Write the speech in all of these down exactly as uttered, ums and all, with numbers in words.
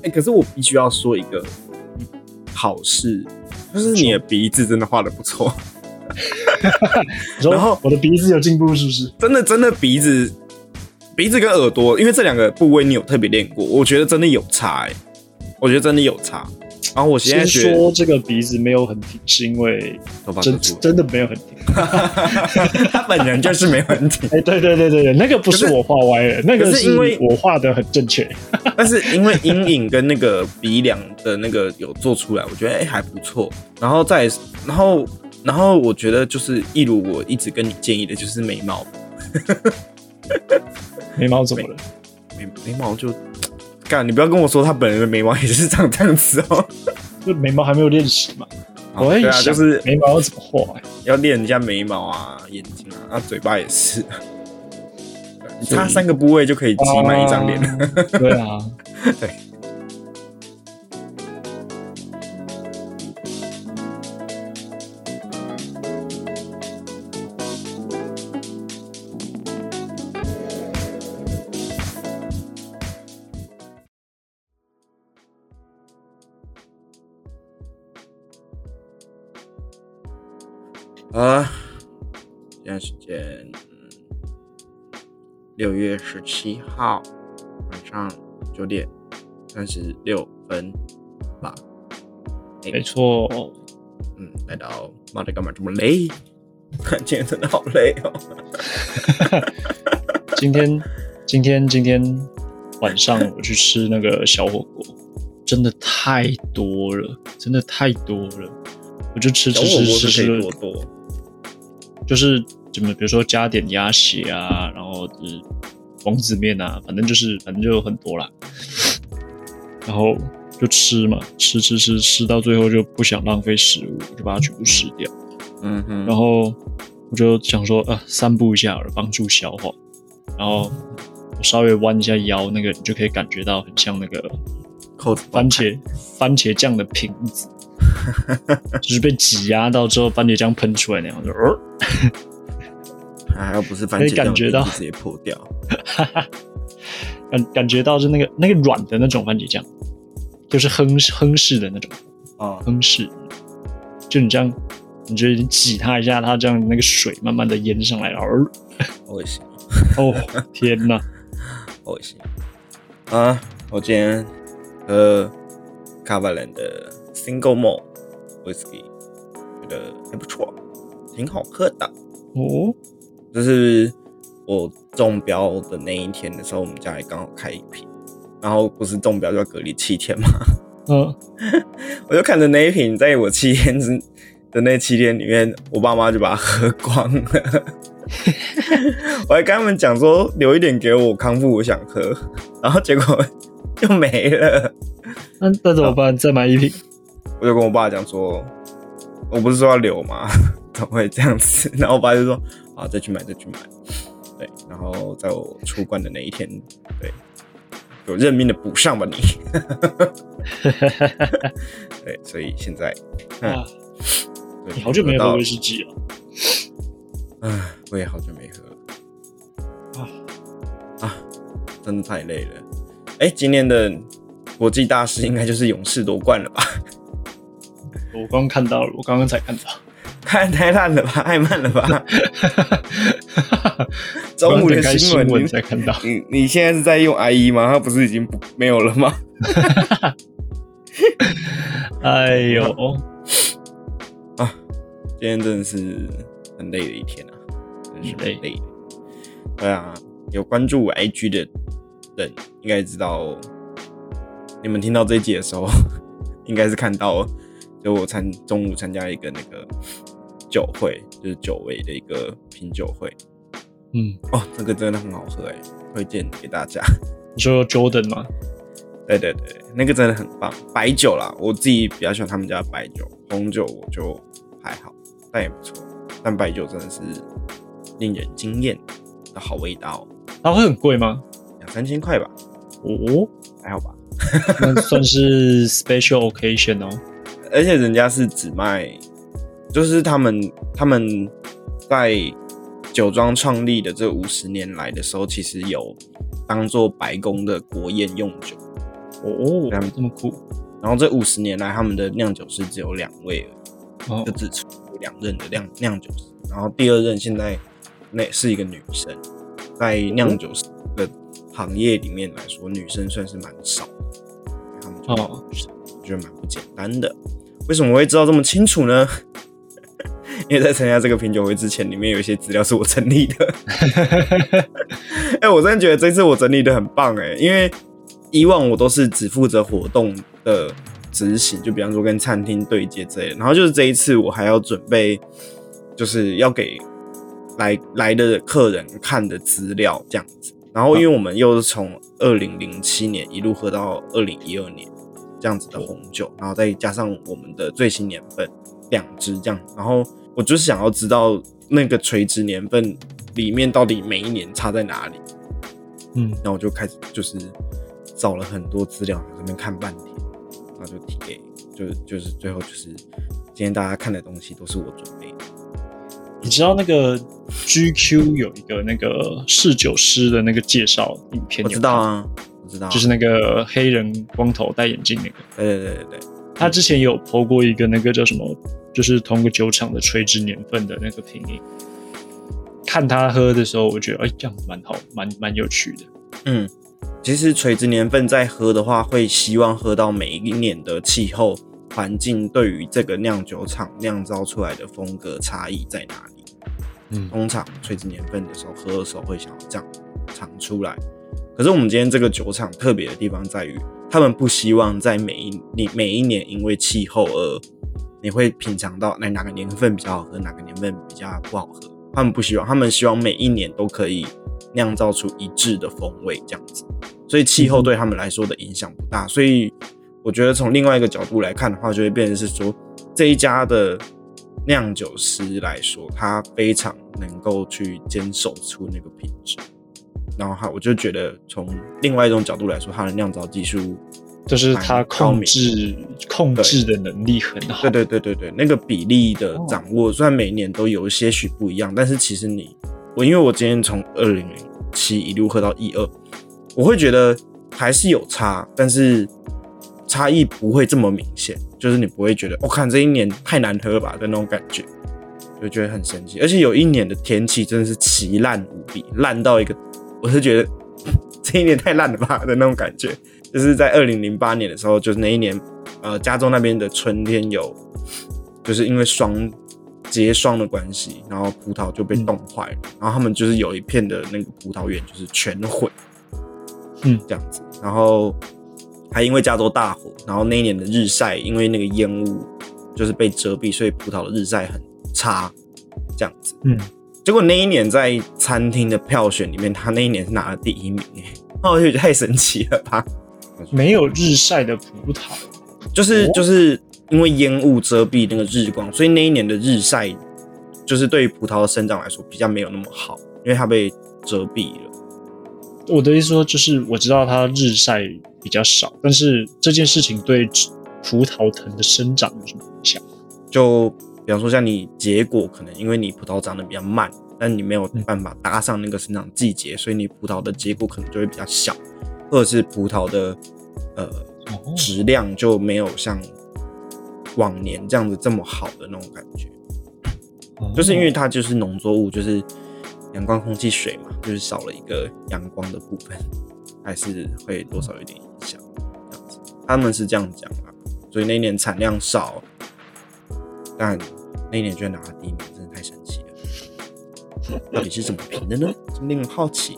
欸，可是我必须要说一个好事，就是你的鼻子真的画得不错。 然后我的鼻子有进步是不是？ 真的真的鼻子鼻子跟耳朵，因为这两个部位你有特别练过，我觉得真的有差哎、欸，我觉得真的有差。然后我现在觉得先说这个鼻子没有很挺，是因为真真的没有很挺。 他本人就是没很挺。 哎、欸，对对对对对，那个不是我画歪了，那个是因为我画的很正确。 但是因为阴影跟那个鼻梁的那个有做出来，我觉得哎、欸、还不错。然后再然后然后我觉得就是一如我一直跟你建议的，就是眉毛。 眉毛怎么了？ 眉眉毛就。干，你不要跟我说他本人的眉毛也是长这样子哦、喔。 就眉毛还没有练习嘛。 我在想，就是眉毛要怎么画、欸？ 要练一下眉毛啊，眼睛啊，啊，嘴巴也是。你差三个部位就可以挤满一张脸了、啊。 对啊， 对。啊，现在时间六月十七号晚上九点三十六分吧。 欸、没错。 嗯，来到妈的，干嘛这么累？今天真的好累哦。 今天今天今天晚上我去吃那个小火锅，真的太多了，真的太多了。我就吃吃吃吃吃多多。 就是怎么，比如说加点鸭血啊，然后就是王子面啊，反正就是反正就很多啦。然后就吃嘛，吃吃吃吃到最后就不想浪费食物，就把它全部吃掉。 嗯哼。 然后我就想说，啊，散步一下，帮助消化。然后我稍微弯一下腰，那个你就可以感觉到很像那个番茄番茄酱的瓶子。就是被挤压到之后，番茄酱喷出来那样，就呃， 还要不是番茄酱， 感觉到直接破掉， 感感觉到是那个那个软的那种番茄酱，就是亨亨氏的那种啊，亨氏，就你这样，你觉得你挤它一下，它这样那个水慢慢的淹上来了，呃， 好恶心哦，天哪， 好恶心啊！我今天喝卡巴兰的 Single Malt Whisky， 觉得还不错，挺好喝的。 哦， 就是我中标的那一天的时候，我们家里刚好开一瓶，然后不是中标就要隔离七天嘛。 嗯， 我就看着那一瓶，在我七天之的那七天里面，我爸妈就把它喝光了。我还跟他们讲说留一点给我，康复我想喝，然后结果就没了。 那那怎么办？再买一瓶？ 我就跟我爸讲说，我不是说要留吗？怎么会这样子？然后我爸就说，好，再去买，再去买。对，然后在我出关的那一天，对，有认命的补上吧你。对，所以现在，嗯， 啊，你好久没喝威士忌了。 唉，我也好久没喝了。啊啊，真的太累了。哎、欸，今年的国际大事应该就是勇士夺冠了吧？ 我刚刚看到了，我刚刚才看到。 太太烂了吧，太慢了吧。中午的新闻你才看到。 你你现在是在用 I E 吗？它不是已经不没有了吗？ 哎呦啊！今天真的是很累的一天啊，真的是很累的。对啊，有关注我 I G 的人应该知道，你们听到这一集的时候，应该是看到，就我参中午参加一个那个酒会，就是酒味的一个品酒会。嗯，哦，这个真的很好喝哎，推荐给大家。 你说 Jordan 吗？ 对对对，那个真的很棒。白酒啦，我自己比较喜欢他们家的白酒，红酒我就还好，但也不错。但白酒真的是令人惊艳的好味道。 它会很贵吗？ 两三千块吧。 哦， 还好吧。 那算是 special occasion 哦。 而且人家是只卖，就是他们他们在酒庄创立的这五十年来的时候，其实有当做白宫的国宴用酒。 哦，这么酷。 然后这五十年来，他们的酿酒师只有两位而已， 哦、 就只出两任的酿酿酒师。然后第二任现在那是一个女生，在酿酒师的行业里面来说，女生算是蛮少的。他们就哦， 我觉得蛮不简单的。为什么我会知道这么清楚呢？因为在参加这个品酒会之前，里面有一些资料是我整理的。哎、欸，我真的觉得这次我整理的很棒哎、欸，因为以往我都是只负责活动的执行，就比方说跟餐厅对接之类的。然后就是这一次我还要准备，就是要给来来的客人看的资料这样子。然后因为我们又是从二零零七年一路喝到二零一二年这样子的红酒，然后再加上我们的最新年份两支这样，然后我就是想要知道那个垂直年份里面到底每一年差在哪里。嗯，然后我就开始就是找了很多资料，在那边看半天，然后就提给，就就是最后就是今天大家看的东西都是我准备的。 你知道那个 G Q 有一个那个侍酒师的那个介绍影片？ 我知道啊，我知道、啊， 就是那个黑人光头戴眼镜那个。 对对对对对。 他之前有 po 过一个那个叫什么，就是同个酒厂的垂直年份的那个评议。看他喝的时候，我觉得哎、欸，这样子蛮好，蛮蛮有趣的。 嗯，其实垂直年份在喝的话，会希望喝到每一年的气候环境对于这个酿酒厂酿造出来的风格差异在哪里。嗯，通常垂直年份的时候喝的时候会想要这样尝出来。可是我们今天这个酒厂特别的地方在于，他们不希望在每一你每一年因为气候而你会品尝到哪个年份比较好喝，哪个年份比较不好喝。他们不希望，他们希望每一年都可以酿造出一致的风味这样子。所以气候对他们来说的影响不大。所以我觉得从另外一个角度来看的话，就会变成是说这一家的酿酒师来说，他非常能够去坚守出那个品质。然后他我就觉得从另外一种角度来说，他的酿造技术就是他控制控制的能力很好。 对对对对对，那个比例的掌握，虽然每年都有一些许不一样，但是其实你我因为我今天从二零零七一路喝到一二，我会觉得还是有差，但是差异不会这么明显，就是你不会觉得我、哦、看这一年太难喝了吧的那种感觉，就觉得很神奇。而且有一年的天气真的是奇烂无比，烂到一个我是觉得这一年太烂了吧的那种感觉。就是在二零零八年的时候，就是那一年，呃，加州那边的春天有，就是因为霜结霜的关系，然后葡萄就被冻坏了，嗯、然后他们就是有一片的那个葡萄园就是全毁，嗯，这样子，然后还因为加州大火，然后那一年的日晒因为那个烟雾就是被遮蔽，所以葡萄的日晒很差，这样子，嗯，结果那一年在餐厅的票选里面，他那一年是拿了第一名，那我就觉得太神奇了吧。 没有日晒的葡萄， 就是就是因为烟雾遮蔽那个日光，所以那一年的日晒就是对于葡萄的生长来说比较没有那么好，因为它被遮蔽了。 我的意思说，就是我知道它日晒比较少，但是这件事情对葡萄藤的生长有什么影响？ 就比方说像你结果可能因为你葡萄长得比较慢，但你没有办法搭上那个生长季节，所以你葡萄的结果可能就会比较小。或者是葡萄的呃质量就没有像往年这样子这么好的那种感觉，就是因为它就是农作物，就是阳光、空气、水嘛，就是少了一个阳光的部分，还是会多少有点影响。这样子，他们是这样讲啦，所以那一年产量少，但那一年居然拿了第一名，真的太神奇了。到底是怎么评的呢？真令人好奇。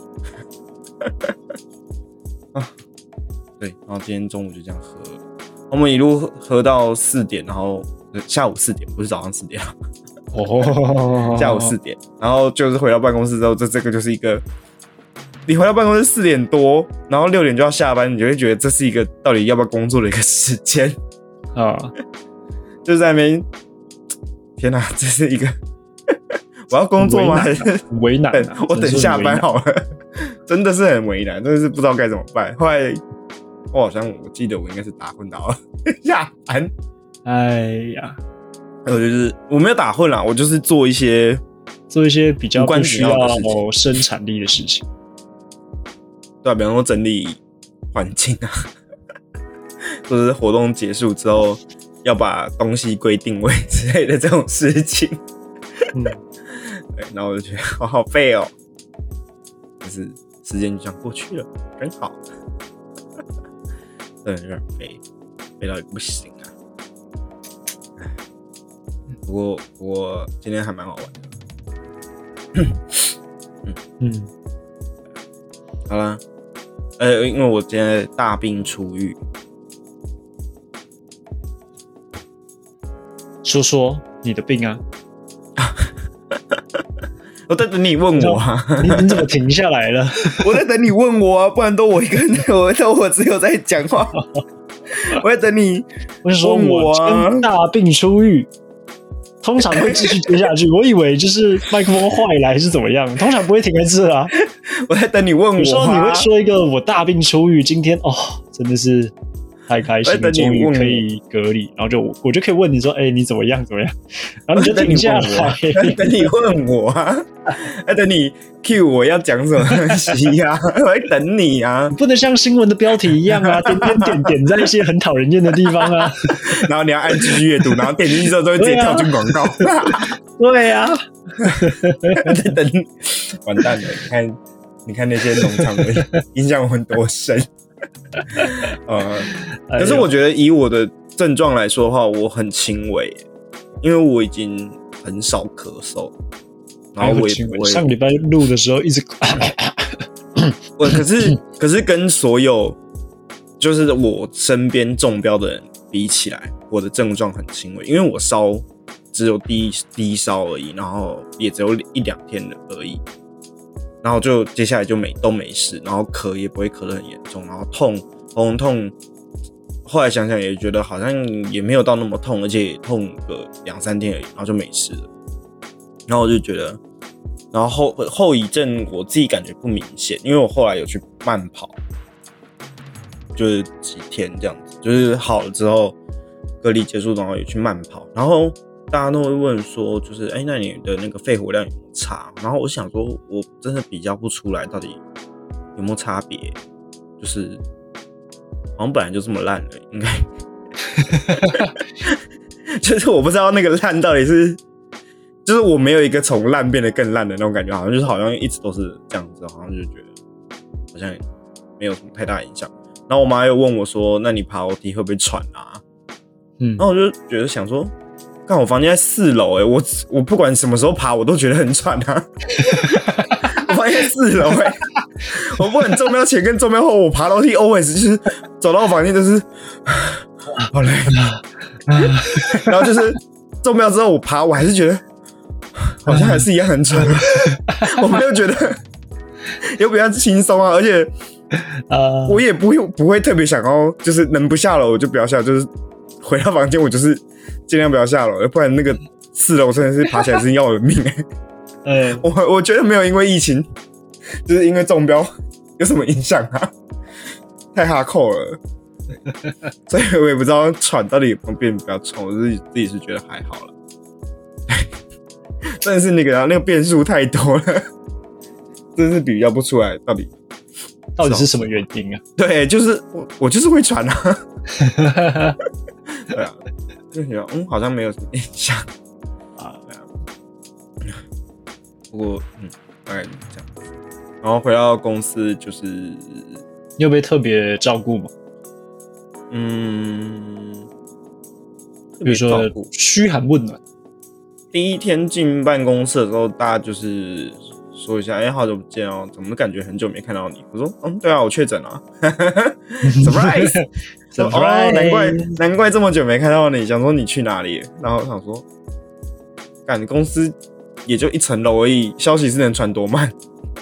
啊，对，然后今天中午就这样喝了，我们一路喝到四点，然后下午四点，不是早上四点，哦，下午四点，然后就是回到办公室之后，这这个就是一个，你回到办公室四点多，然后六点就要下班，你就会觉得这是一个到底要不要工作的一个时间啊，就在那边，天哪，这是一个，我要工作吗？还是为难、啊？ 我等下班好了。真的是很为难，真的是不知道该怎么办。后来我好像我记得我应该是打混到了下班。哎呀，我就是我没有打混啦，我就是做一些做一些比较不需要生产力的事情。 对啊，比方说整理环境啊， 或者是活动结束之后要把东西归定位之类的这种事情。嗯，对，然后我就觉得好好废哦，但是时间就这样过去了，真好。真的有点废，废到也不行啊。不过不过今天还蛮好玩的。嗯嗯，好啦，呃，因为我今天大病初愈。 说说你的病啊！ 我在等你问我啊！ 你你怎么停下来了？ 我在等你问我啊，不然都我一个人，我都我只有在讲话。我在等你问我啊！ 我大病初愈，通常会继续接下去。我以为就是麦克风坏了还是怎么样，通常不会停在这啊。 我在等你问我、啊。 有时候你会说一个我大病初愈，今天哦，真的是。太开心了，终于可以隔离，然后就 我, 我就可以问你说，哎、欸，你怎么样？怎么样？然后你就停下来， 等你问我啊，还等你 cue 我要讲什么东西呀、啊？我在等你啊， 不能像新闻的标题一样啊，点点点点在一些很讨人厌的地方啊， 然后你要按继续阅读，然后点进去之后都会直接跳进广告。 对啊， 在等，完蛋了！你看，你看那些农场的影响我很多深。呃，可是我觉得以我的症状来说的话，我很轻微，因为我已经很少咳嗽，然后我也不会。 上礼拜录的时候一直， 我可是可是跟所有就是我身边中标的人比起来，我的症状很轻微，因为我烧只有低低烧而已，然后也只有一两天而已。然后就接下来就没都没事，然后咳也不会咳得很严重，然后痛喉咙痛，后来想想也觉得好像也没有到那么痛，而且也痛个两三天而已，然后就没事了。然后我就觉得，然后后后遗症我自己感觉不明显，因为我后来有去慢跑，就是几天这样子，就是好了之后隔离结束，然后有去慢跑，然后。大家都会问说，就是，哎、欸，那你的那个肺活量有没有差？然后我想说，我真的比较不出来，到底有没有差别？就是好像本来就这么烂了，应该，就是我不知道那个烂到底是，就是我没有一个从烂变得更烂的那种感觉，好像就是好像一直都是这样子，好像就觉得好像没有什么太大影响。然后我妈又问我说，那你爬楼梯会不会喘啊？嗯，然后我就觉得想说。看我房间在四楼，哎，我我不管什么时候爬，我都觉得很喘啊。我房间在四楼，哎，我不管中标前跟中标后，我爬楼梯 always 就是走到我房间就是好累，然后就是中标之后我爬，我还是觉得好像还是一样很喘，我没有觉得有比较轻松啊，而且我也不会不会特别想要，就是能不下楼我就不要下，就是回到房间我就是。尽量不要下楼，不然那个四楼真的是爬起来是要我的命哎、欸！嗯，我我觉得没有因为疫情，就是因为中标有什么影响啊？太哈扣了，所以我也不知道喘到底有没有变比较重，我自己自己是觉得还好了。真的是那个那个变数太多了，真的是比较不出来到底到底是什么原因啊？ 对，就是我我就是会喘啊。对啊。就觉得嗯，好像没有什么影响啊，对啊。不过嗯，大概这样子。然后回到公司就是，你有被特别照顾吗？ 嗯， 比如说嘘寒问暖。 第一天进办公室的时候，大家就是说一下，哎、欸，好久不见哦，怎么感觉很久没看到你？我说，嗯，对啊，我确诊了 ，surprise。哦，难怪难怪这么久没看到你，想说你去哪里？然后想说，干公司也就一层楼而已，消息是能传多慢？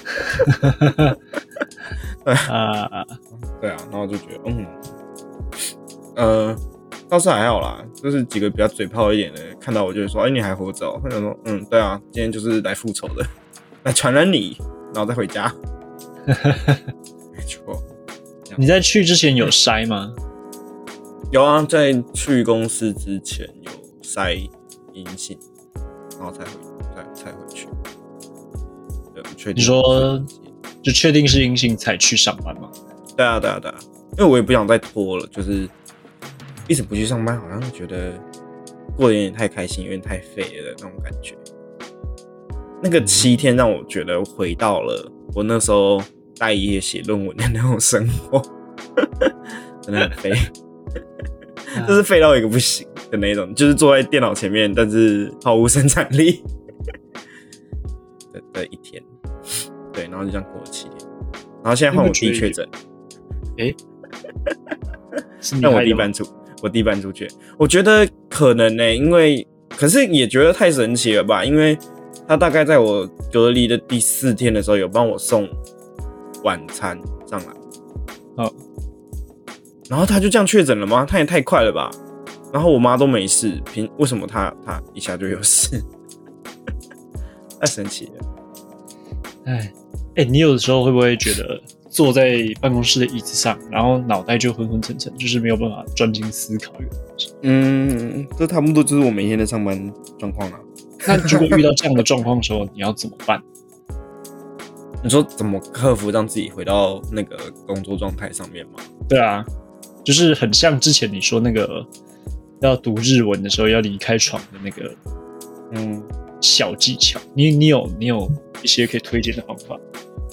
对啊，对啊，然后就觉得，嗯，呃，倒是还好啦，就是几个比较嘴炮一点的，看到我就会说，哎、欸，你还活着、喔？我想说，嗯，对啊，今天就是来复仇的，来传染你，然后再回家。没错。 你在去之前有筛吗？ 有啊，在去公司之前有筛阴性，然后才回才才回去。对，确定。 你说就确定是阴性才去上班吗？ 对啊，对啊，对啊，因为我也不想再拖了，就是一直不去上班，好像觉得过得有点太开心，有点太废了的那种感觉。那个七天让我觉得回到了我那时候待业写论文的那种生活，真的很废，就是废到一个不行的那种，就是坐在电脑前面，但是毫无生产力的, 的一天。对，然后就这样过了七天，然后现在换我弟确诊。 哎， 让我弟搬出，我弟搬出去，我觉得可能呢、欸，因为可是也觉得太神奇了吧，因为他大概在我隔离的第四天的时候，有帮我送晚餐上来， 哦， 然后他就这样确诊了吗？他也太快了吧！然后我妈都没事，凭为什么他他一下就有事？太神奇了！ 哎哎，你有的时候会不会觉得？坐在办公室的椅子上，然后脑袋就昏昏沉沉，就是没有办法专心思考一个东西。 嗯，这差不多就是我每天的上班状况啦。 那如果遇到这样的状况的时候，你要怎么办？ 你说怎么克服让自己回到那个工作状态上面吗？ 对啊，就是很像之前你说那个要读日文的时候要离开床的那个嗯小技巧。你你有你有一些可以推荐的方法？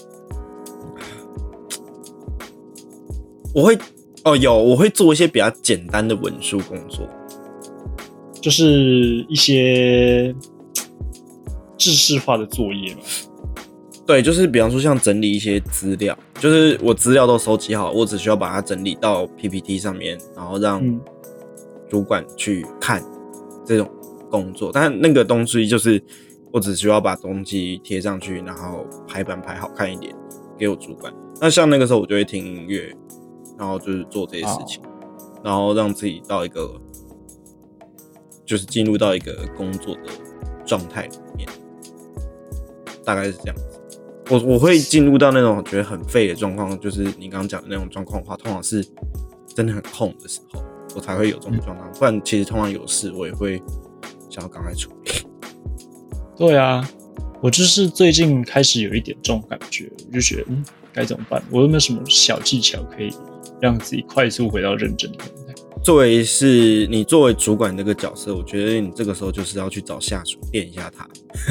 我会哦有，我会做一些比较简单的文书工作， 就是一些制式化的作业嘛。 对，就是比方说像整理一些资料，就是我资料都收集好，我只需要把它整理到 P P T 上面，然后让主管去看这种工作。但那个东西就是我只需要把东西贴上去，然后排版排好看一点给我主管。那像那个时候我就会听音乐。然后就是做这些事情，然后让自己到一个，就是进入到一个工作的状态里面，大概是这样子。我我会进入到那种觉得很废的状况，就是你刚刚讲的那种状况的话，通常是真的很空的时候，我才会有这种状况。不然其实通常有事，我也会想要赶快处理。 对啊，我就是最近开始有一点这种感觉，我就觉得嗯，该怎么办？我有没有什么小技巧可以？让自己快速回到认真的状态。 作为是你作为主管这个角色，我觉得你这个时候就是要去找下属垫一下他。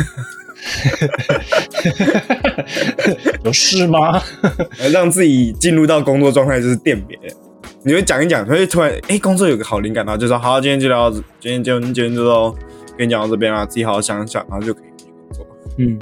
有事吗？ 让自己进入到工作状态就是垫别人。你会讲一讲，会突然哎、欸，工作有个好灵感，然后就说好，今天就聊到，今天就今天就到跟你讲到这边啦，自己好好想一想，然后就可以去工作。嗯。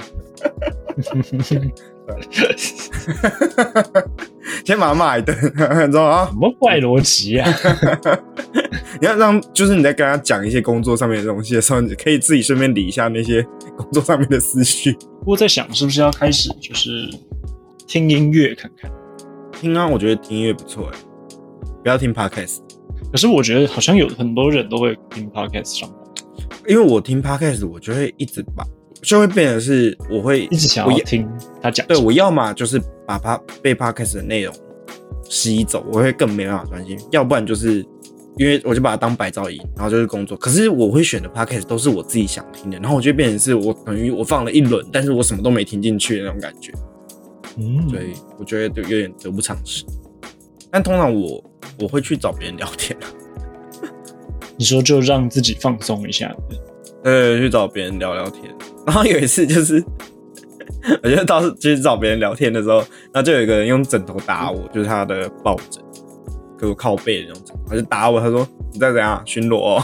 先把他骂一顿，你知道吗？ 什么怪逻辑啊！ 你要让，就是你在跟他讲一些工作上面的东西的时候，你可以自己顺便理一下那些工作上面的思绪。 我在想，是不是要开始就是听音乐看看？ 听啊，我觉得听音乐不错哎，不要听 podcast。 可是我觉得好像有很多人都会听 podcast 上班， 因为我听 podcast， 我就会一直把。就会变成是，我会一直想要听他讲。 对，我要嘛就是把他被 podcast 的内容吸走，我会更没办法专心；要不然就是因为我就把它当白噪音，然后就是工作。可是我会选的 podcast 都是我自己想听的，然后我就变成是我等于我放了一轮，但是我什么都没听进去的那种感觉。嗯，所以我觉得有点得不偿失。但通常我我会去找别人聊天。 你说就让自己放松一下。 对，去找别人聊聊天。然后有一次就是，我觉得到去找别人聊天的时候，然后就有一个人用枕头打我，就是他的抱枕，给我靠背的那种枕头，他就打我，他说你在怎样巡逻哦？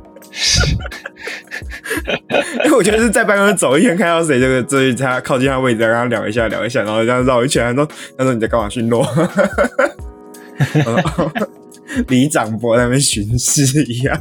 因为我觉得是在办公室走一圈，看到谁就追他靠近他位置，跟他聊一下聊一下，然后这样绕一圈，他说他说你在干嘛巡逻？李长博在那边巡视一样。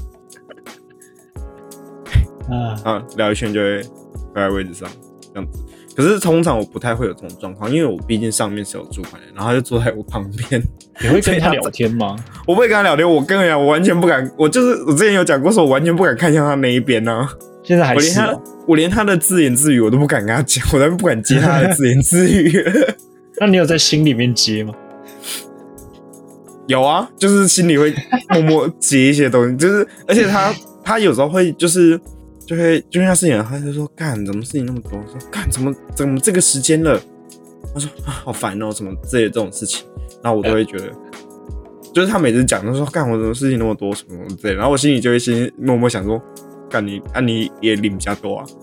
啊，聊一圈就会回在位置上，这样子。可是通常我不太会有这种状况，因为我毕竟上面是有主管的，然后他就坐在我旁边。 你会跟他聊天吗？ 我不会跟他聊天，我跟你讲，我完全不敢。我就是我之前有讲过，说我完全不敢看向他那一边啊。 现在还是、啊、 我连他，我连他的自言自语我都不敢跟他讲，我都不敢接他的自言自语。 那你有在心里面接吗？ 有啊，就是心里会默默接一些东西，就是而且他他有时候会就是。就会就因为他事情，他就说干怎么事情那么多？我说干怎么怎么这个时间了？他说啊好烦哦，什么之类的这种事情，然后我都会觉得， 就是他每次讲都说干我什么事情那么多什么什么之类的，然后我心里就会心默默想说，干你啊你也领比较多啊，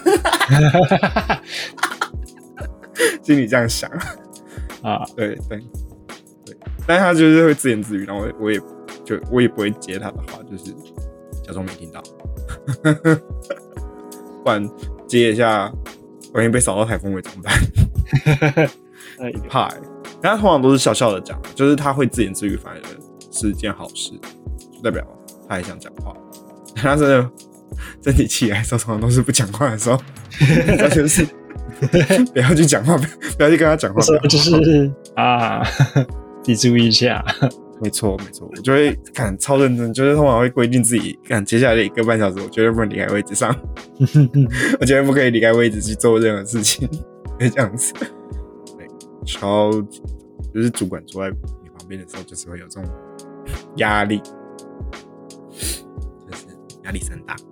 心里这样想啊，对对对，但是他就是会自言自语，然后我我也就我也不会接他的话，就是假装没听到，不然接一下，万一被扫到台风尾怎么办？怕欸，但他通常都是笑笑的讲，就是他会自言自语，反而是一件好事，就代表他还想讲话。他真的身体起来的时候，通常都是不讲话的时候，完全是不要去讲话，不要去跟他讲话， 就是啊，你注意一下。 没错，没错，我就会看超认真，就是通常会规定自己，看接下来的一个半小时，我绝对不能离开位置上，我绝对不可以离开位置去做任何事情，会这样子。对，超级就是主管坐在你旁边的时候，就是会有这种压力，就是压力山大，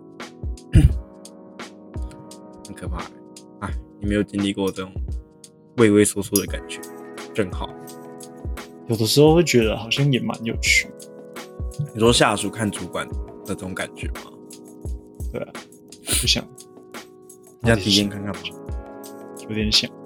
很可怕的。哎，你没有经历过这种畏畏缩缩的感觉，真好。 有的时候会觉得好像也蛮有趣。 你说下属看主管的这种感觉吗？ 对啊，就想你想体验看看吗？ 有点想。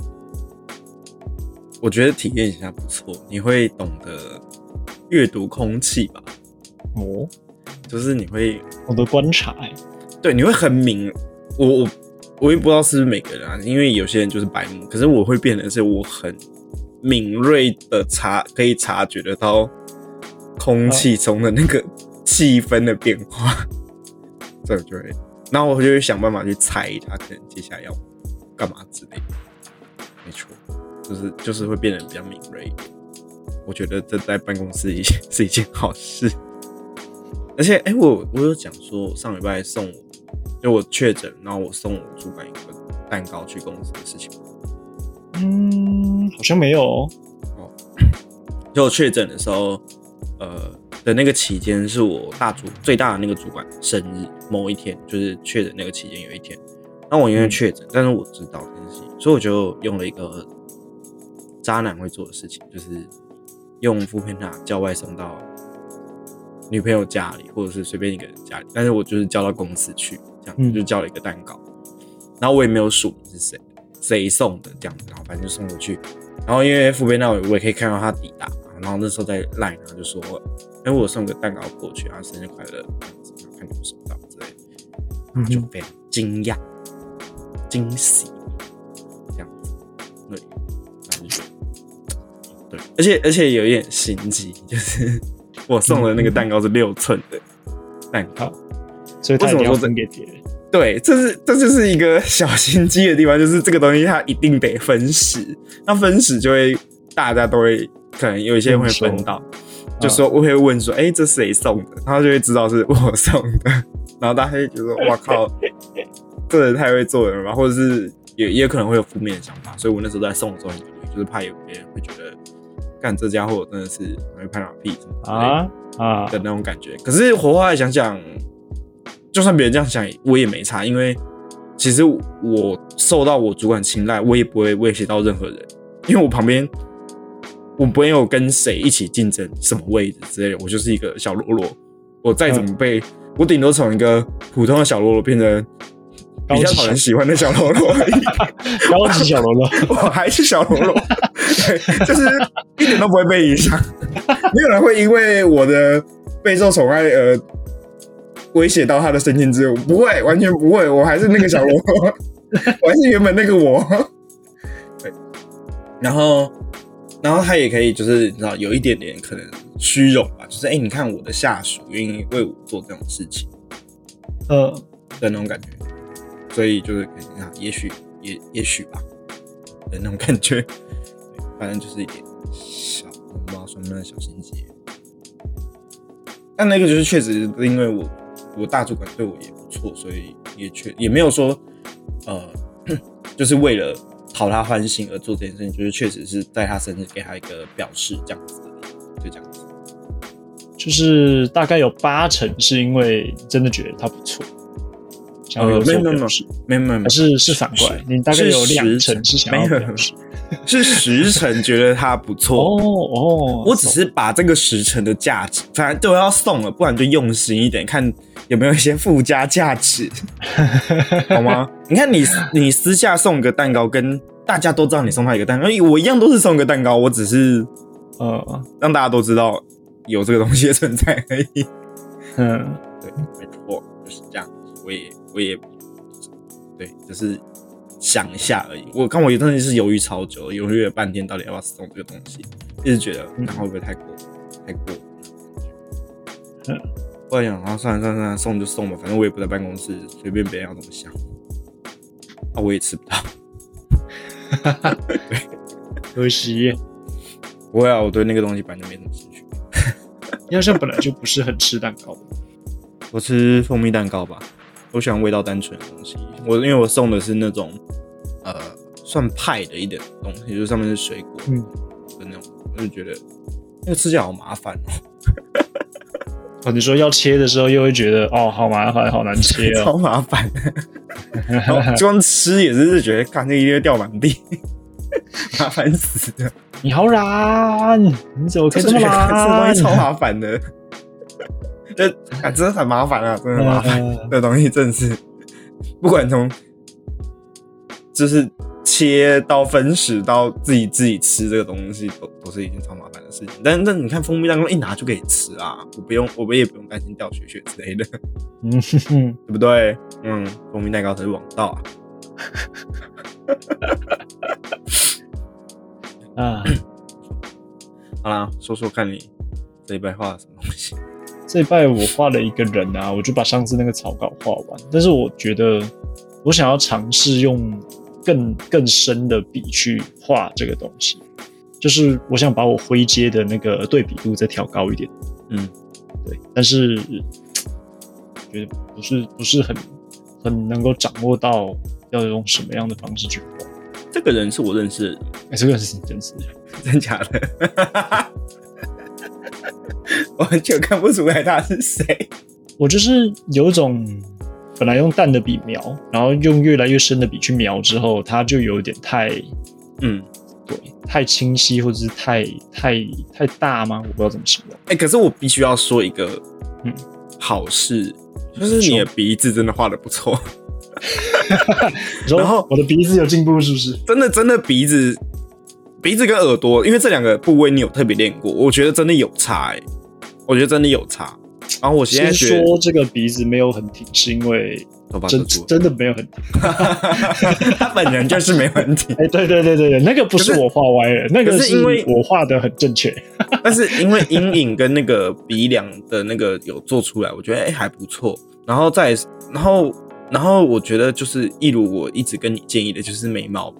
我觉得体验一下不错，你会懂得阅读空气吧？ 哦， 就是你会我的观察、欸， 对，你会很敏。我我我也不知道是不是每个人啊，因为有些人就是白目，可是我会变成是我很敏锐的察，可以察觉得到空气中的那个气氛的变化，所以我就会，然后我就会想办法去猜他可能接下来要干嘛之类的。没错，就是就是会变得比较敏锐一点。我觉得这在办公室是一件好事。而且，哎、欸，我我有讲说，我上礼拜送我，就我确诊，然后我送我主管一个蛋糕去公司的事情。 嗯，好像没有哦。 哦，就我确诊的时候，呃的那个期间是我大主最大的那个主管生日某一天，就是确诊那个期间有一天。那我因为确诊，但是我知道这件事情，所以我就用了一个渣男会做的事情，就是用Foodpanda叫外送到女朋友家里，或者是随便一个人家里，但是我就是叫到公司去，这样、嗯、就叫了一个蛋糕，然后我也没有数你是谁，谁送的这样子，然后反正就送过去。然后因为Foodpanda我也可以看到他抵达嘛，然后那时候在 LINE 他就说，哎、欸，我送个蛋糕过去，然后生日快乐，这样子，然后看你们收到之类的，然后就非常惊讶、惊喜，这样子，对，然后就对，而且而且有一点心机，就是我送的那个蛋糕是六寸的蛋糕， 所以他一定要分给别人。 对，这是这就是一个小心机的地方，就是这个东西它一定得分食，那分食就会大家都会可能有一些人会分到，就说我会问说，哎、欸，这是谁送的？然后就会知道是我送的，然后大家就觉得哇靠，这人太会做人了吧，或者是也也可能会有负面的想法，所以我那时候在送的时候很注意，就是怕有别人会觉得，干这家伙真的是会拍马屁什么之类的啊啊的那种感觉。可是活化来想想。就算别人这样想，我也没差，因为其实我受到我主管青睐，我也不会威胁到任何人，因为我旁边我没有跟谁一起竞争什么位置之类的，我就是一个小喽啰，我再怎么被，嗯、我顶多从一个普通的小喽啰变成比较讨人喜欢的小喽啰而已， 高级小喽啰， 我还是小喽啰，对，就是一点都不会被影响，没有人会因为我的备受宠爱而威胁到他的身心自由，不会，完全不会，我还是那个小罗，我还是原本那个我。对，然后，然后他也可以，就是你知道，有一点点可能虚荣吧，就是哎、欸，你看我的下属愿意为我做这种事情，呃的那种感觉，所以就是可以啊，也许也也许吧的那种感觉，对，反正就是一点小，我不知道算不算小心机，但那个就是确实是因为我。我大主管对我也不错，所以也确也没有说，呃，就是为了讨他欢心而做这件事情，就是确实是在他生日给他一个表示，这样子，就这样子。 就是大概有八成是因为真的觉得他不错，想要有所表示， 没有没有没有， 还是是反过来，你大概有两成是想要表示。 是时辰觉得它不错哦哦， 我只是把这个时辰的价值，反正都要送了，不然就用心一点，看有没有一些附加价值，好吗？你看你你私下送个蛋糕，跟大家都知道你送他一个蛋糕，我一样都是送个蛋糕，我只是呃让大家都知道有这个东西的存在而已。嗯，对，没错，就是这样。我也我也对，只是想一下而已。我看我真的是犹豫超久，犹豫了半天，到底要不要送这个东西，一直觉得那会不会太过太过？嗯，后来想，啊，算了算了算了，送就送吧，反正我也不在办公室，随便别人要怎么想，啊，我也吃不到。对， 可惜。 不会啊，我对那个东西本来就没什么兴趣。 你好像本来就不是很吃蛋糕的。 我吃蜂蜜蛋糕吧，我喜欢味道单纯的东西。我因为我送的是那种呃算派的一点东西，就是上面是水果的那种，嗯、我就觉得那个吃起来好麻烦哦。 哦，你说要切的时候又会觉得哦好麻烦，好难切哦， 超麻烦的。然后光吃也是觉得，看这一定会掉满地，麻烦死了。 你好懒，你怎么可以这么懒？ 这东西超麻烦的。就啊，真的很麻烦啊，真的麻烦。这、呃、东西真的是，不管从就是切到分食到自己自己吃这个东西，都都是一件超麻烦的事情。但但你看蜂蜜蛋糕一拿就可以吃啊，我不用，我也不用担心掉血血之类的，嗯，对不对？嗯，蜂蜜蛋糕才是王道啊。啊，好啦，说说看你这一拜画了什么东西。 这一拜我画了一个人啊，我就把上次那个草稿画完，但是我觉得我想要尝试用更更深的笔去画这个东西，就是我想把我灰阶的那个对比度再调高一点。嗯，对，但是觉得不是不是很很能够掌握到要用什么样的方式去画。 这个人是我认识的人， 哎、欸，这个人是你认识的人， 真假的？我完全看不出来他是谁。 我就是有一种本来用淡的笔描，然后用越来越深的笔去描之后，它就有点太，嗯，对，太清晰或者是太太太大吗？我不知道怎么形容。 哎、欸，可是我必须要说一个，嗯，好事，就是你的鼻子真的画得不错。 然后我的鼻子有进步是不是？ 真的真的鼻子。鼻子跟耳朵，因为这两个部位你有特别练过，我觉得真的有差哎、欸，我觉得真的有差。然后我现在觉得先说这个鼻子没有很挺，是因为真真的没有很挺， 他本人就是没很挺。 哎、欸，对对对对对，那个不是我画歪了，那个是因为我画的很正确。 但是因为阴影跟那个鼻梁的那个有做出来，我觉得哎、欸、还不错。然后再然后然后我觉得就是一如我一直跟你建议的，就是眉毛。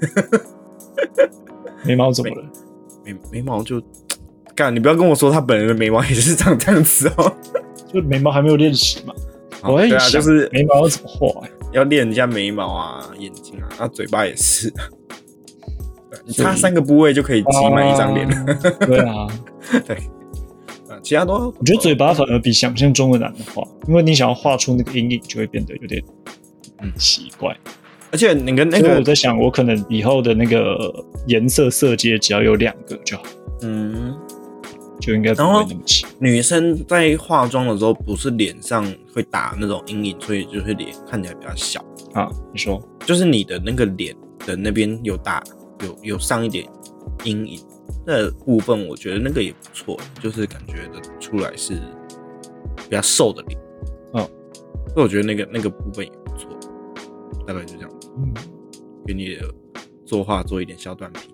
眉毛怎么了？ 眉眉毛就干，你不要跟我说他本人的眉毛也是长这样子哦。 就眉毛还没有练习嘛。我会想、啊、就是眉毛要怎么画、欸？ 要练一下眉毛啊、眼睛啊，然后嘴巴也是。你差三个部位就可以挤满一张脸了。 啊对啊， 对。其他都我觉得嘴巴反而比想象中的难画，因为你想要画出那个阴影，就会变得有点嗯奇怪。 而且你跟那个， 我在想，我可能以后的那个颜色色阶只要有两个就好，嗯，就应该不会那么奇。 女生在化妆的时候，不是脸上会打那种阴影，所以就是脸看起来比较小啊。你说， 就是你的那个脸的那边有打有有上一点阴影那部分，我觉得那个也不错，就是感觉得出来是比较瘦的脸，嗯，所以我觉得那个那个部分也不错，大概就这样。嗯，给你的作画做一点小短评。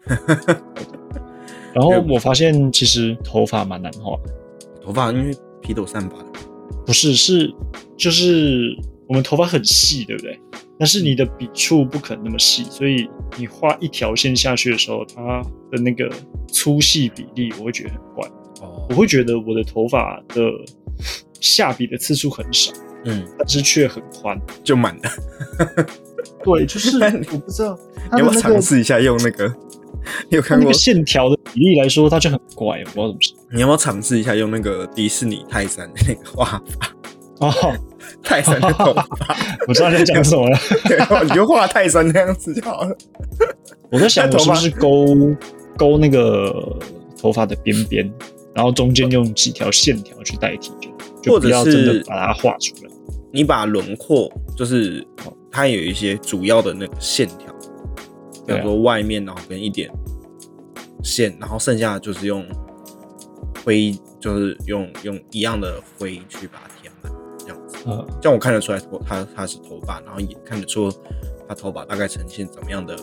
然后我发现其实头发蛮难画的。 头发因为披头散发的。 不是，是就是我们头发很细，对不对？但是你的笔触不可能那么细，所以你画一条线下去的时候，它的那个粗细比例我会觉得很怪。哦，我会觉得我的头发的下笔的次数很少，嗯，但是却很宽， 就满了。 对，就是我不知道， 你要不要尝试一下用那个？你有看过那个线条的比例来说，它就很怪，我不知道怎么说。 你要不要尝试一下用那个迪士尼泰山的那个画法？ 哦， 泰山的头发， 我知道你在讲什么了。 对，你就画泰山那样子就好了。 我在想，我是不是勾勾那个头发的边边，然后中间用几条线条去代替，就不要真的把它画出来。 你把轮廓，就是它有一些主要的那个线条，比如说外面，然后跟一点线，然后剩下的就是用灰，就是用用一样的灰去把它填满，这样子。嗯，这样我看得出来它它是头发，然后也看得出它头发大概呈现怎么样的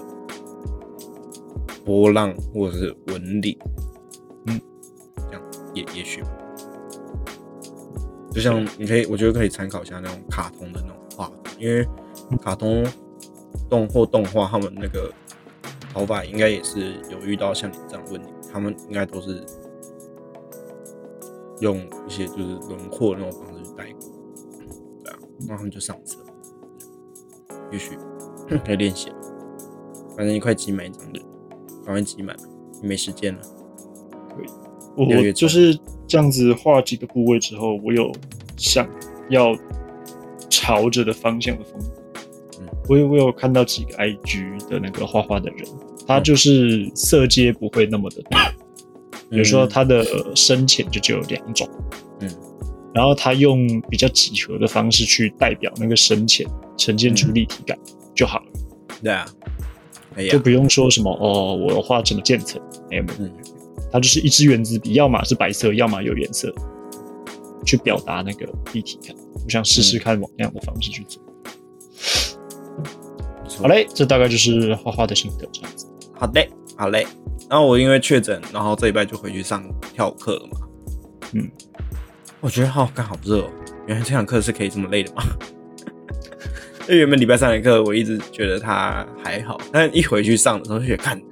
波浪或者是纹理。嗯，这样也也许。就像你可以，我觉得可以参考一下那种卡通的那种画法，因为卡通动或动画，他们那个头发应该也是有遇到像你这样的问题，他们应该都是用一些就是轮廓的那种方式去带过，对啊，然后他们就上色，也许可以练习了。反正你快挤满一张了，赶快挤满了，你没时间了。 可以，我就是这样子画几个部位之后，我有想要朝着的方向的风格。嗯，我有我有看到几个 I G 的那个画画的人，他就是色阶不会那么的多，比如说他的深浅就只有两种，嗯，然后他用比较几何的方式去代表那个深浅，呈现出立体感就好了。 对啊，可以啊， 就不用说什么哦，我画整个渐层，没有没有。它就是一支圆珠笔，要么是白色，要么有颜色，去表达那个立体感。我想试试看往那样的方式去做。嗯、好嘞，这大概就是画画的心得这样子。 好的，好嘞。然后我因为确诊，然后这礼拜就回去上跳舞课了嘛。嗯，我觉得好干好热哦，原来这堂课是可以这么累的吗？因为原本礼拜三的课我一直觉得它还好，但一回去上的时候就觉得看。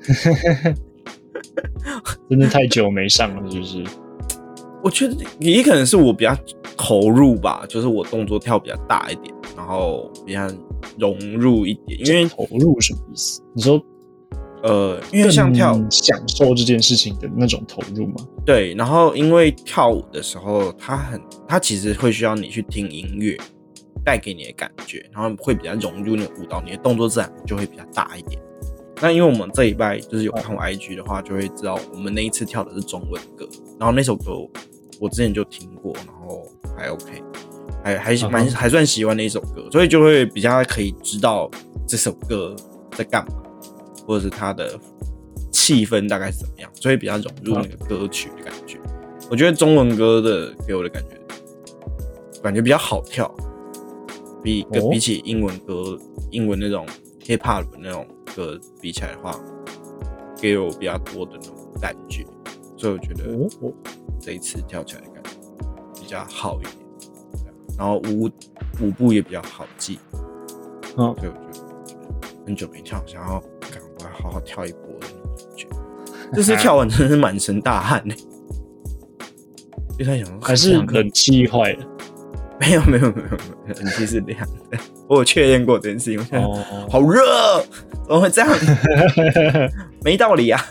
真的太久没上了，是不是？ 我觉得也可能是我比较投入吧，就是我动作跳比较大一点，然后比较融入一点。因为投入什么意思？你说， 呃，因为像跳享受这件事情的那种投入吗？ 对，然后因为跳舞的时候，它很，它其实会需要你去听音乐带给你的感觉，然后会比较融入那个舞蹈，你的动作自然就会比较大一点。那因为我们这一拜就是有看我 I G 的话，就会知道我们那一次跳的是中文歌，然后那首歌我之前就听过，然后还 OK， 还还蛮还算喜欢那一首歌，所以就会比较可以知道这首歌在干嘛，或者是它的气氛大概是怎么样，所以比较融入那个歌曲的感觉。我觉得中文歌的给我的感觉，感觉比较好跳，比跟比起英文歌、英文那种 hip hop 的那种歌比起来的话，给我比较多的那种感觉，所以我觉得这一次跳起来的感觉比较好一点，然后舞舞步也比较好记，嗯，所以我觉得很久没跳，想要赶快好好跳一波的那种感觉。这次跳完真的是满身大汗呢、欸，就在想说还是冷气坏了。 没有没有没有没有，冷气是凉的。我有确认过这件事情，我想、哦、好热，怎么会这样？没道理啊！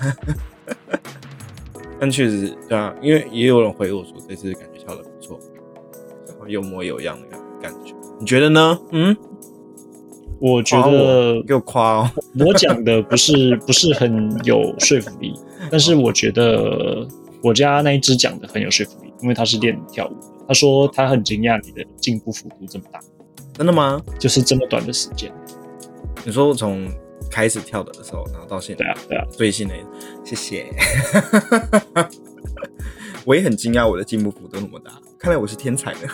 但确实对啊，因为也有人回我说这次感觉跳得不错，然后有模有样的感觉。你觉得呢？嗯， 我觉得给我夸哦。 我讲的不是不是很有说服力，但是我觉得我家那一只讲的很有说服力，因为他是练跳舞的。他说他很惊讶你的进步幅度这么大。 真的吗？ 就是这么短的时间。 你说从开始跳的时候，然后到现在， 对啊，对啊， 最新的，谢谢。我也很惊讶我的进步幅度那么大，看来我是天才呢。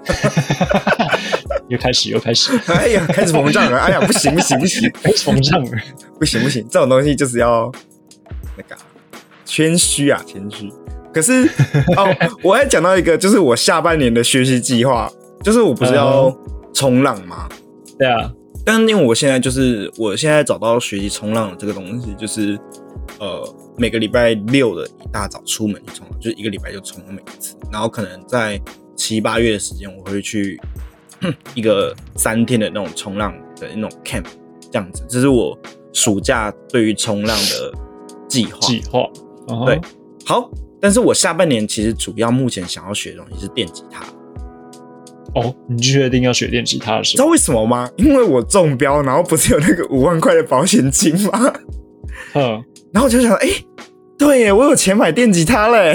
又开始，又开始， 哎呀，开始膨胀了！哎呀，不行不行不行， 开始膨胀了， 不行不行，这种东西就是要那个谦虚啊，谦虚。可是哦，我还讲到一个，就是我下半年的学习计划，就是我不是要冲浪吗？ 嗯、对啊， 但因为我现在就是我现在找到学习冲浪的这个东西，就是呃每个礼拜六的一大早出门去冲浪，就是一个礼拜就冲那么一次，然后可能在七八月的时间，我会去一个三天的那种冲浪的那种 camp， 这样子，这是我暑假对于冲浪的计划。 计划， uh-huh. 对，好。但是我下半年其实主要目前想要学的东西是电吉他。 哦，你确定要学电吉他的时候？ 知道为什么吗？因为我中标，然后不是有那个五万块的保险金吗？ 嗯， 然后我就想，哎、欸，对耶，我有钱买电吉他嘞。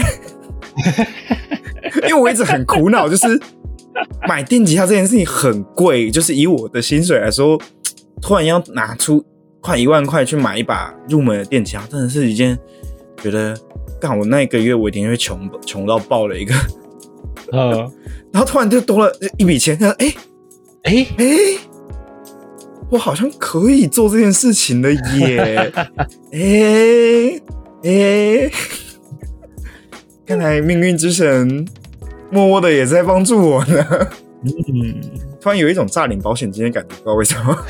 因为我一直很苦恼，就是买电吉他这件事情很贵，就是以我的薪水来说，突然要拿出快一万块去买一把入门的电吉他，真的是一件觉得，干我那一个月我一定会穷穷到爆的一个。 嗯， 然后突然就多了一笔钱，哎哎哎，我好像可以做这件事情了耶！哎哎，看来命运之神默默的也在帮助我呢。嗯，突然有一种诈领保险金的感觉，不知道为什么。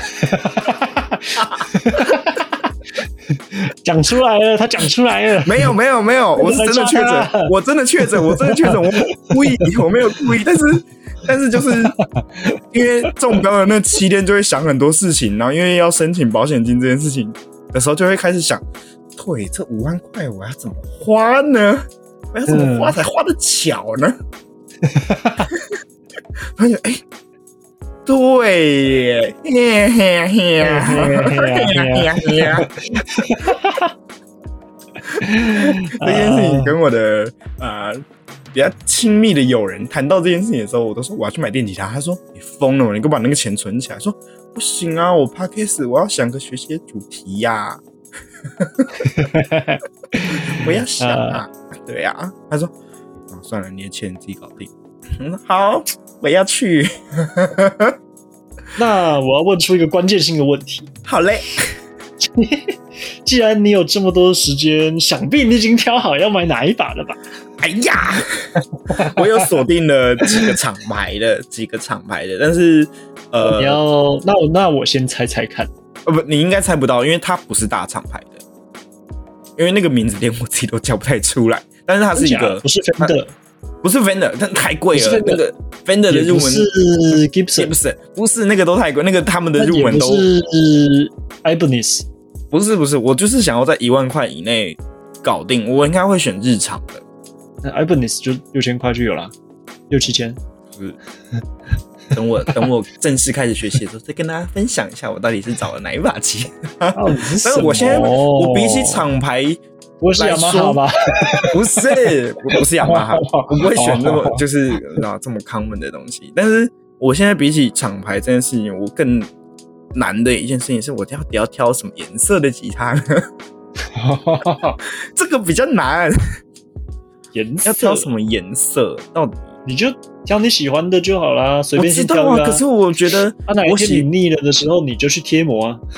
讲出来了，他讲出来了。 没有没有没有，我是真的确诊，我真的确诊，我真的确诊，我没有故意，我没有故意，但是但是就是因为中标的那七天就会想很多事情，然后因为要申请保险金这件事情的时候，就会开始想，对，这五万块我要怎么花呢？我要怎么花才花得巧呢？然后就哎。对耶，嘿嘿嘿这件事情跟我的呃比较亲密的友人谈到这件事情的时候，我都说我要去买电吉他。他说你疯了吗？你给我把那个钱存起来。说不行啊，我 podcast 我要想个学习的主题呀、啊，我要想啊，对啊。他说、哦、算了，你的钱你自己搞定。好，我要去。 那我要问出一个关键性的问题。 好嘞， 既然你有这么多时间，想必你已经挑好要买哪一把了吧？ 哎呀，我有锁定了几个厂牌的，几个厂牌的，但是呃， 你要那我那我先猜猜看。 呃不，你应该猜不到，因为它不是大厂牌的，因为那个名字连我自己都叫不太出来。但是它是一个不是 Fender。 不是 Fender， 但太贵了。那个 Fender 的入门不是 Gibson， Gibson 不是那个都太贵，那个他们的入门都不是 Ibanez， 不是不是，我就是想要在一万块以内搞定，我应该会选日常的。 那 Ibanez 就六千块就有了，六七千。 是，等我等我正式开始学习的时候，再跟大家分享一下我到底是找了哪一把琴。 但是我现在我比起厂牌。 不是雅马哈吧？ 不是，不是雅马哈，我不会选这么就是啊这么 common 的东西。但是我现在比起厂牌这件事情，我更难的一件事情是，我到底要挑什么颜色的吉他呢？这个比较难。 颜色要挑什么颜色？到底你就挑你喜欢的就好啦，随便先挑一个、啊。 我知道啊，可是我觉得， 啊，哪一天你腻了的时候，你就去贴膜啊。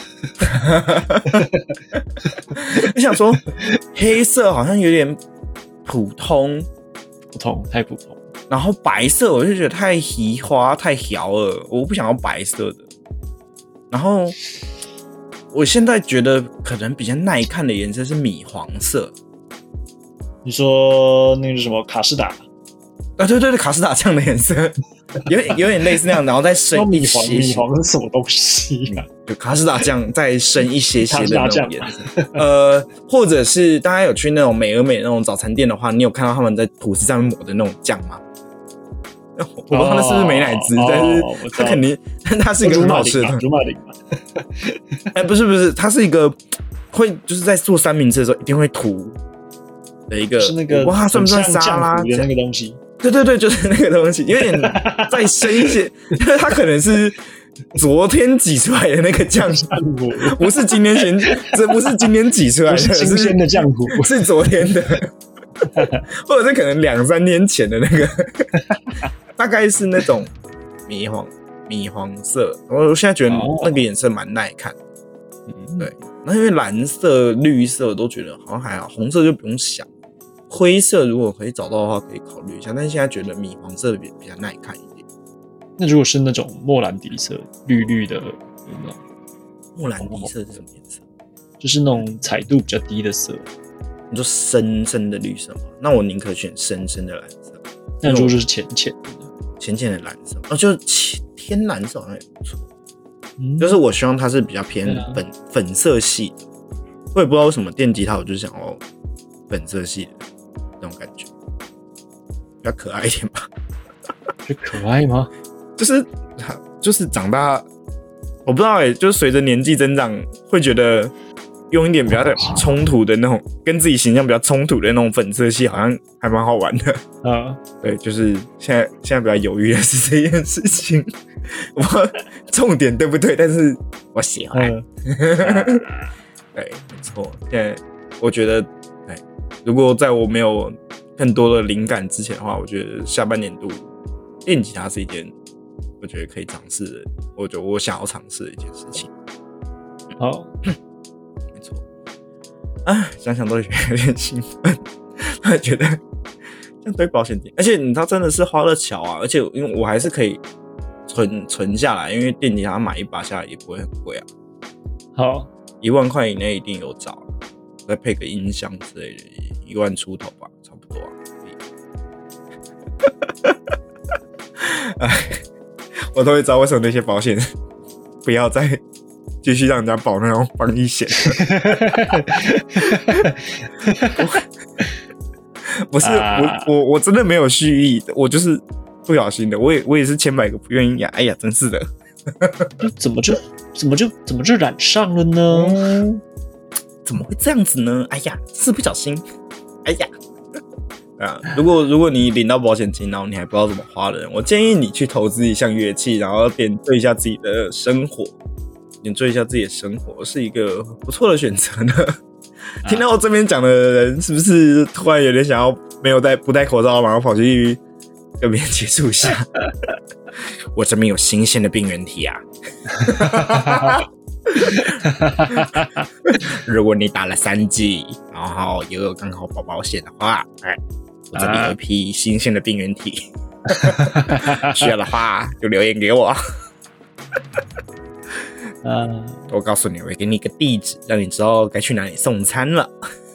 我想说，黑色好像有点普通， 普通太普通。 然后白色我就觉得太奇花太摇了，我不想要白色的。然后我现在觉得可能比较耐看的颜色是米黄色。 你说那个是什么卡士达？ 啊，对对对，卡士达这样的颜色，有点有点类似那样，然后再深一些些。 米黄是什么东西啊？ 就卡士达酱再深一些些的那种颜色。呃，或者是大家有去那种美而美那种早餐店的话，你有看到他们在吐司上面抹的那种酱吗？我不知道那是不是美乃滋，哦、但是它肯定，但它是一个很好吃的东西。 竹马林嘛？ 哎，不是不是，它是一个会就是在做三明治的时候一定会涂的一个， 是那个哇，算不算沙拉的那个东西？ 对对对，就是那个东西，有点再深一些，它可能是昨天挤出来的那个酱糊，不是今天先，这不是今天挤出来的， 是新鲜的酱糊， 是昨天的，或者是可能两三天前的那个，大概是那种米黄米黄色。我现在觉得那个颜色蛮耐看，哦、对。那因为蓝色、绿色都觉得好像还好，红色就不用想。灰色如果可以找到的话，可以考虑一下，但是现在觉得米黄色比比较耐看一点。 那如果是那种莫兰迪色，绿绿的，有没有？ 莫兰迪色是什么颜色？ 就是那种彩度比较低的色。 你说深深的绿色吗？那我宁可选深深的蓝色。 那如果就是浅浅的， 浅浅的蓝色，哦，就是天蓝色好像也不错。嗯、就是我希望它是比较偏粉、啊、粉色系的。我也不知道为什么电吉他，我就是想要粉色系的。那种感觉比较可爱一点吧。 就可爱吗？ 就是就是长大，我不知道哎、欸，就是随着年纪增长，会觉得用一点比较冲突的那种，跟自己形象比较冲突的那种粉色系，好像还蛮好玩的。啊，对，就是现在现在比较犹豫的是这件事情，我重点对不对？但是我喜欢。嗯、对，没错。现在我觉得，对，如果在我没有更多的灵感之前的话，我觉得下半年度练吉他是一件我觉得可以尝试的，我觉得我想要尝试的一件事情。 好， 没错。啊，想想都觉得有点兴奋，觉得像堆保险金，而且你知道真的是花了巧啊，而且因为我还是可以存存下来，因为电吉他买一把下来也不会很贵啊。 好， 一万块以内一定有找，再配个音箱之类的，一万出头吧，差不多啊。哎，我都会知道为什么那些保险不要再继续让人家保那种防疫险。不是、啊、我我我真的没有蓄意的，我就是不小心的。我也我也是千百个不愿意呀，哎呀，真是的。 怎么就怎么就怎么就染上了呢？ 嗯、怎么会这样子呢？哎呀，是不小心。哎呀。啊，如果如果你领到保险金，然后你还不知道怎么花的人，我建议你去投资一项乐器，然后点缀一下自己的生活，点缀一下自己的生活是一个不错的选择呢。啊、听到我这边讲的人，是不是突然有点想要没有戴不戴口罩，然后跑去跟别人接触一下？我这边有新鲜的病原体啊！如果你打了三剂，然后也有刚好保保险的话，哎。我这里有一批新鲜的病原体，需要的话就留言给我。uh, 我告诉你，我会给你一个地址，让你知道该去哪里送餐了。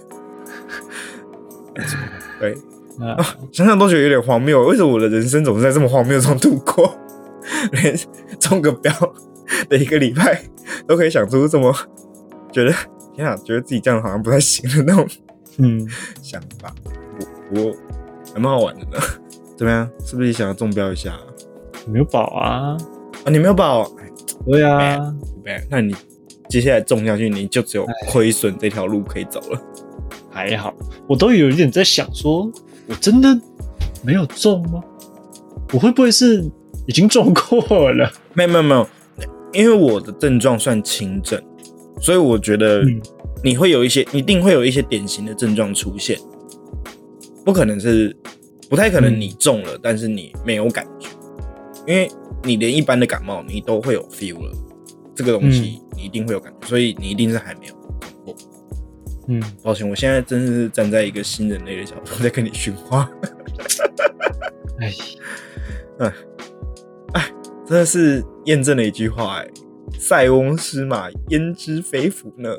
对， uh, 啊，想想都觉得有点荒谬，为什么我的人生总是在这么荒谬中度过？连中个标的一个礼拜都可以想出这么觉得天啊，觉得自己这样好像不太行的那种嗯想法。不过还蛮好玩的呢，怎么样？是不是想要中标一下？ 没有保啊！ 啊，你没有保？ 对啊， 那你接下来中下去，你就只有亏损这条路可以走了。 还好，我都有一点在想说，我真的没有中吗？我会不会是已经中过了？ 没有没有没有，因为我的症状算轻症，所以我觉得你会有一些，一定会有一些典型的症状出现。不可能是，不太可能你中了，嗯、但是你没有感觉，因为你连一般的感冒你都会有 feel 了，这个东西你一定会有感觉，嗯、所以你一定是还没有中过。嗯，抱歉，我现在真是站在一个新人类的角度在跟你训话。哎，哎，哎，真的是验证了一句话，哎，塞翁失马，焉知非福呢？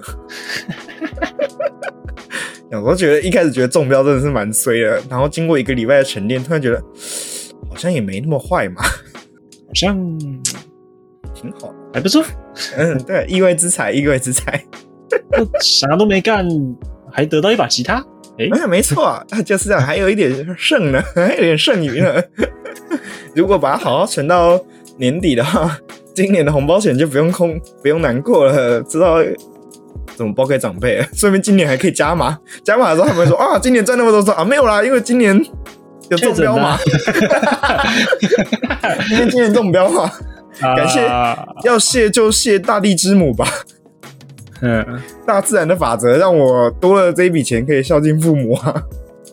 我觉得一开始觉得中标真的是蛮衰的，然后经过一个礼拜的沉淀，突然觉得好像也没那么坏嘛， 好像挺好的， 还不错。 嗯，对，意外之财，意外之财， 啥都没干，还得到一把吉他，哎、 欸，没错啊，就是这样，还有一点剩呢，还有点剩余呢。如果把它好好存到年底的话，今年的红包钱就不用空，不用难过了，知道。怎么包给长辈？顺便今年还可以加码，加码的时候他们会说啊，今年赚那么多啊，没有啦，因为今年有中标嘛，因为今年中标嘛，感谢，要谢就谢大地之母吧，嗯，大自然的法则让我多了这一笔钱可以孝敬父母啊，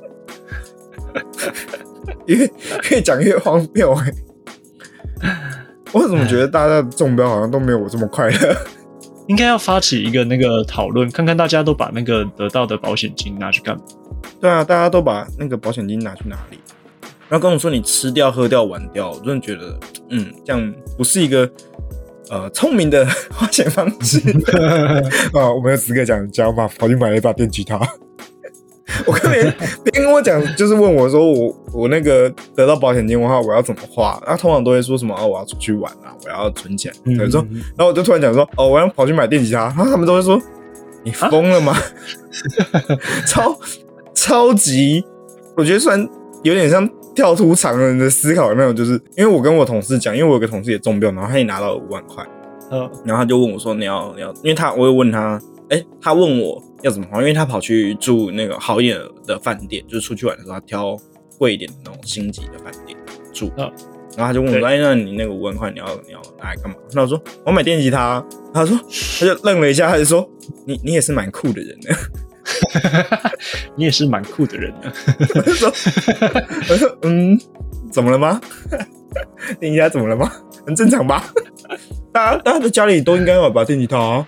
越越讲越荒谬哎、欸，我怎么觉得大家的中标好像都没有我这么快乐？ 应该要发起一个那个讨论，看看大家都把那个得到的保险金拿去干嘛？ 对啊，大家都把那个保险金拿去哪里？然后跟我说你吃掉、喝掉、玩掉，我真的觉得，嗯，这样不是一个呃聪明的花钱方式。啊，我没有资格讲讲吧，跑去买了一把电吉他。我跟别人别人跟我讲，就是问我说我我那个得到保险金的话，我要怎么花？然后通常都会说什么哦，我要出去玩啊，我要存钱。嗯嗯嗯说，然后我就突然讲说哦，我要跑去买电吉他，然后他们都会说你疯了吗？超超级，我觉得虽然有点像跳出常人的思考的那种，就是因为我跟我同事讲，因为我有个同事也中标，然后他也拿到了五万块，嗯，然后他就问我说你要你要，因为他我有问他，哎、欸，他问我要怎么花，因为他跑去住那个好一点的饭店，就是出去玩的时候他挑贵一点的那种星级的饭店住，嗯。然后他就问我说：“哎，那你那个五万块你要你要拿来干嘛？”那我说：“我要买电吉他、啊。”他说，他就愣了一下，他就说：“你你也是蛮酷的人呢。” 你也是蛮酷的人呢。 我就说：“我说嗯，怎么了吗？电吉他怎么了吗？很正常吧？大家大家的家里都应该有把电吉他啊。”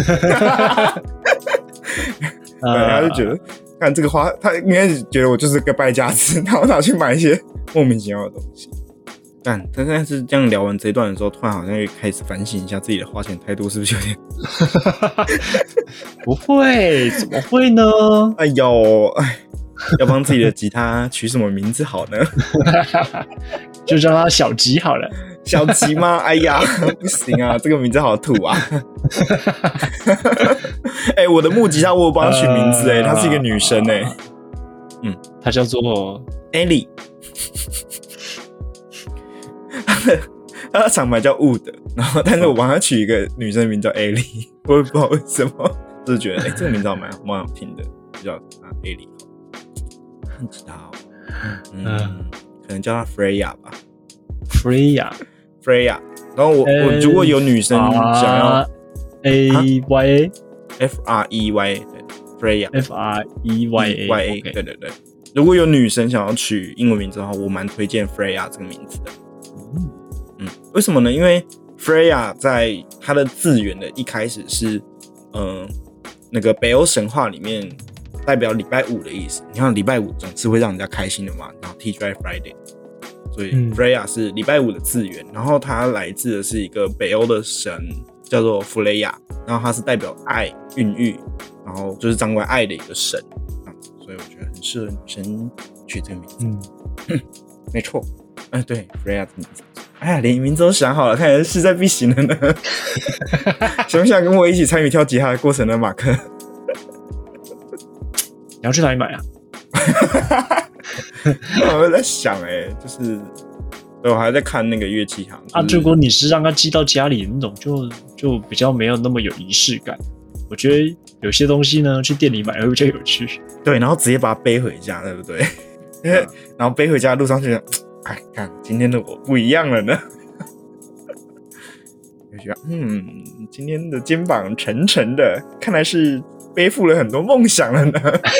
对，他就觉得看这个花，他应该觉得我就是个败家子，然后他去买一些莫名其妙的东西。但但是这样聊完这一段的时候，突然好像又开始反省一下自己的花钱态度，是不是有点？ 不会，怎么会呢？ 哎呦，哎，要帮自己的吉他取什么名字好呢？ 就叫它小吉好了。 小吉吗？哎呀，不行啊，这个名字好土啊！哎、欸，我的木吉他我有帮她取名字哎、欸，她是一个女生哎、欸， 嗯，她叫做 Ellie。他的厂牌叫 Wood， 然后但是我帮他取一个女生名叫 Ellie， 我也不知道为什么，就是觉得哎、欸，这个名字好蛮蛮好听的，就叫啊 Ellie。不知道，嗯，嗯可能叫她 Freya 吧 ，Freya，Freya。 然后我我如果有女生想要 A Y A F R E Y 对 Freya，F R E Y A Y A 对对对。如果有女生想要取英文名字的话，我蛮推荐 Freya 这个名字的。嗯，为什么呢？因为 Freya 在它的字源的一开始是，嗯、呃，那个北欧神话里面代表礼拜五的意思。你看礼拜五总是会让人家开心的嘛，然后 T G I Friday， 所以 Freya 是礼拜五的字源。然后它来自的是一个北欧的神叫做弗雷亚，然后它是代表爱、孕育，然后就是掌管爱的一个神。所以我觉得很适合女生取这个名字。嗯，没错。哎、呃，对 ，Freya 的名字。哎呀，连名字都想好了，看来势在必行了呢。想不想跟我一起参与跳吉他的过程呢，马克？ 你要去哪里买啊？ 我在想、欸，哎，就是，对我还在看那个乐器行、就是。 啊，如果你是让他寄到家里那种就，就就比较没有那么有仪式感。我觉得有些东西呢，去店里买会比较有趣。 对，然后直接把它背回家，对不对？嗯、然后背回家的路上就想，哎，看今天的我不一样了呢。就觉得，嗯，今天的肩膀沉沉的，看来是背负了很多梦想了呢。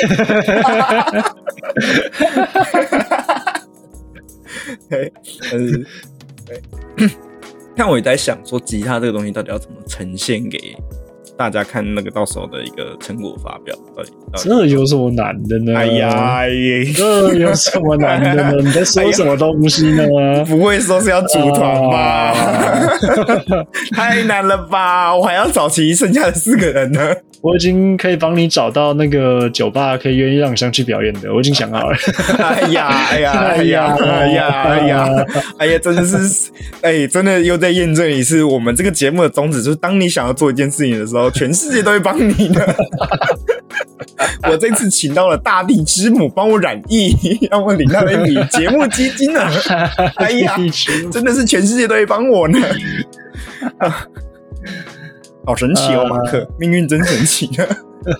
对，但是，对，看我也在想说，吉他这个东西到底要怎么呈现给大家看，那个到时候的一个成果发表，到底到底这有什么难的呢？ 哎呀，哎这有什么难的呢？你在说什么东西呢？ 哎、不会说是要组团吧、啊？太难了吧！我还要找齐剩下的四个人呢。 我已经可以帮你找到那个酒吧可以愿意让你上去表演的，我已经想好了。 哎呀，哎呀，哎呀，哎呀，哎呀，哎呀，真的是，哎，真的又在验证一次我们这个节目的宗旨，就是当你想要做一件事情的时候，全世界都会帮你的。我这次请到了大地之母帮我染艺，让我领到了一笔节目基金呢。哎呀，真的是全世界都会帮我呢。好神奇哦，马克，呃、命运真神奇呢。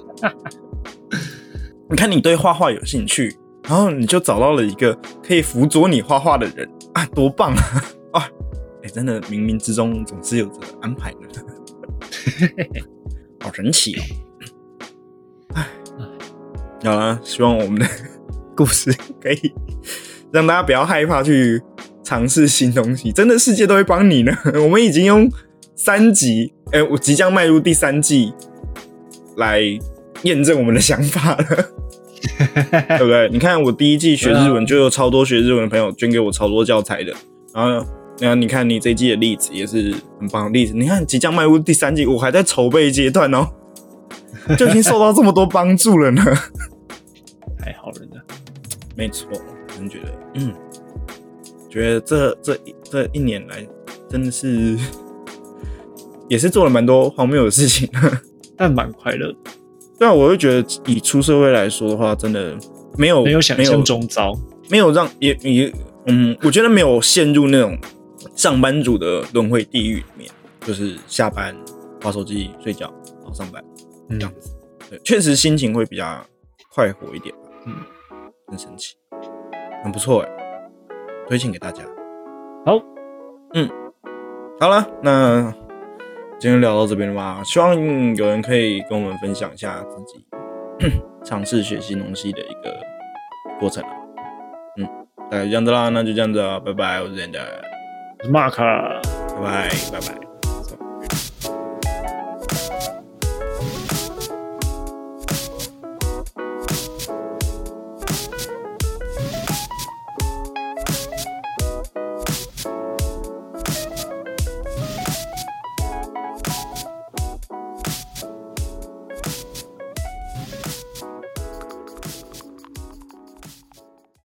你看，你对画画有兴趣，然后你就找到了一个可以辅佐你画画的人啊，多棒啊！啊，哎、欸，真的冥冥之中总是有着安排的，好神奇哦。哎，好啦，希望我们的故事可以让大家不要害怕去尝试新东西，真的世界都会帮你呢。我们已经用三集，哎、欸，我即将迈入第三季，来验证我们的想法了，对不对？你看我第一季学日文，就有超多学日文的朋友捐给我超多教材的，然后，然後你看你这一季的例子也是很棒的例子。你看即将迈入第三季，我还在筹备阶段哦，就已经受到这么多帮助了呢， 太好了呢。 没错，我真觉得，嗯，觉得这这这一年来真的是。也是做了蛮多荒谬的事情， 但蛮快乐的。对啊，我会觉得以出社会来说的话，真的没有没有想象中糟， 没有让也也嗯，我觉得没有陷入那种上班族的轮回地狱里面，就是下班滑手机睡觉，然后上班这样子。对，确实心情会比较快活一点吧。嗯，很神奇，很不错哎，推荐给大家。 好， 嗯，好了，那今天聊到这边了吧？希望有人可以跟我们分享一下自己尝试学新东西的一个过程啊。嗯，大概就这样子啦，那就这样子啊，拜拜，我是 Zander， 我是 Mark， 拜拜，拜拜。